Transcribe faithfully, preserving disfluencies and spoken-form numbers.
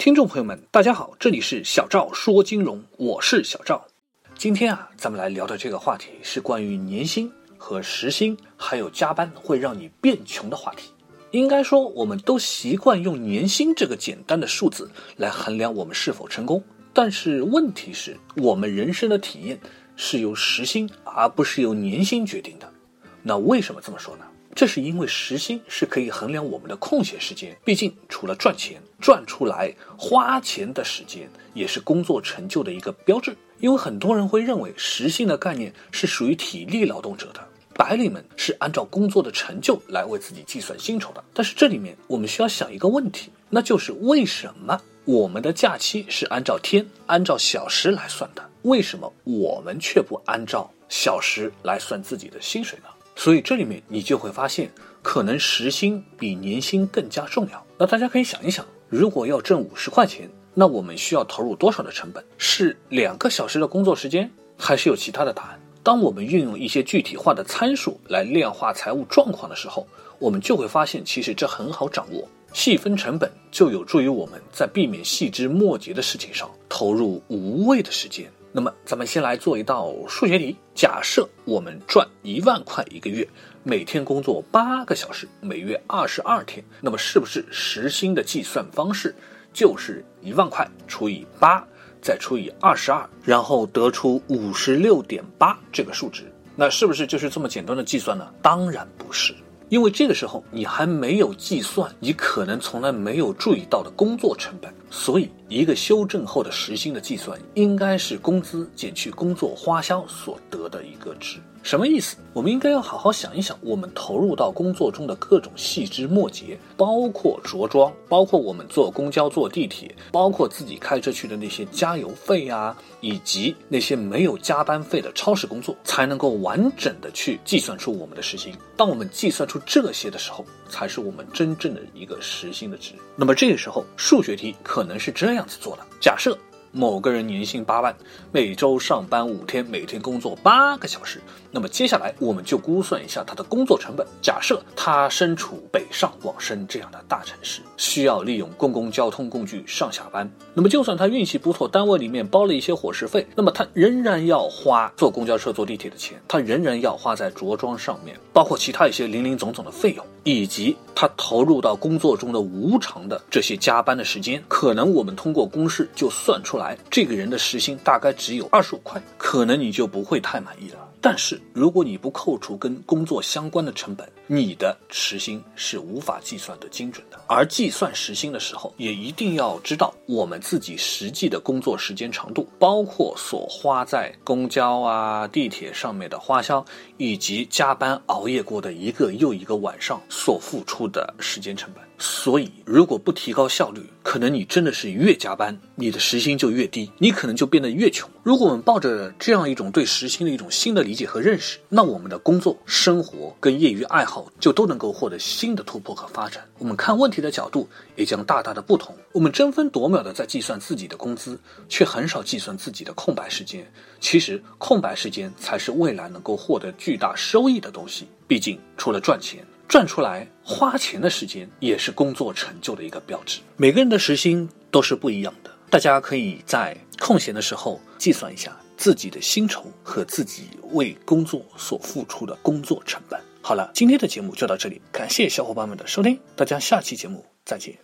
听众朋友们，大家好，这里是小赵说金融，我是小赵。今天啊，咱们来聊的这个话题是关于年薪和时薪，还有加班会让你变穷的话题。应该说，我们都习惯用年薪这个简单的数字来衡量我们是否成功，但是问题是，我们人生的体验是由时薪而不是由年薪决定的。那为什么这么说呢？这是因为时薪是可以衡量我们的空闲时间，毕竟除了赚钱，赚出来花钱的时间也是工作成就的一个标志。因为很多人会认为时薪的概念是属于体力劳动者的，白领们是按照工作的成就来为自己计算薪酬的。但是这里面我们需要想一个问题，那就是为什么我们的假期是按照天、按照小时来算的，为什么我们却不按照小时来算自己的薪水呢？所以这里面你就会发现，可能时薪比年薪更加重要。那大家可以想一想，如果要挣五十块钱，那我们需要投入多少的成本？是两个小时的工作时间，还是有其他的答案？当我们运用一些具体化的参数来量化财务状况的时候，我们就会发现，其实这很好掌握。细分成本就有助于我们在避免细枝末节的事情上投入无谓的时间。那么咱们先来做一道数学题，假设我们赚一万块一个月，每天工作八个小时，每月二十二天，那么是不是时薪的计算方式就是一万块除以八再除以二十二，然后得出 五十六点八 这个数值？那是不是就是这么简单的计算呢？当然不是。因为这个时候你还没有计算你可能从来没有注意到的工作成本，所以一个修正后的时薪的计算应该是工资减去工作花销所得的一个值。什么意思？我们应该要好好想一想，我们投入到工作中的各种细枝末节，包括着装，包括我们坐公交坐地铁，包括自己开车去的那些加油费啊，以及那些没有加班费的超时工作，才能够完整的去计算出我们的时薪。当我们计算出这些的时候，才是我们真正的一个时薪的值。那么这个时候数学题可能是这样子做的，假设某个人年薪八万，每周上班五天，每天工作八个小时。那么接下来我们就估算一下他的工作成本。假设他身处北上广深这样的大城市，需要利用公共交通工具上下班。那么就算他运气不错，单位里面包了一些伙食费，那么他仍然要花坐公交车坐地铁的钱，他仍然要花在着装上面，包括其他一些零零总总的费用，以及他投入到工作中的无偿的这些加班的时间。可能我们通过公式就算出来，这个人的时薪大概只有二十五块，可能你就不会太满意了。但是如果你不扣除跟工作相关的成本，你的时薪是无法计算的精准的。而计算时薪的时候，也一定要知道我们自己实际的工作时间长度，包括所花在公交啊、地铁上面的花销，以及加班熬夜过的一个又一个晚上所付出的时间成本。所以如果不提高效率，可能你真的是越加班，你的时薪就越低，你可能就变得越穷。如果我们抱着这样一种对时薪的一种新的理解和认识，那我们的工作、生活跟业余爱好就都能够获得新的突破和发展。我们看问题的角度也将大大的不同。我们争分夺秒的在计算自己的工资，却很少计算自己的空白时间。其实空白时间才是未来能够获得巨大收益的东西。毕竟除了赚钱，赚出来花钱的时间也是工作成就的一个标志。每个人的时薪都是不一样的，大家可以在空闲的时候计算一下自己的薪酬和自己为工作所付出的工作成本。好了，今天的节目就到这里，感谢小伙伴们的收听，大家下期节目再见。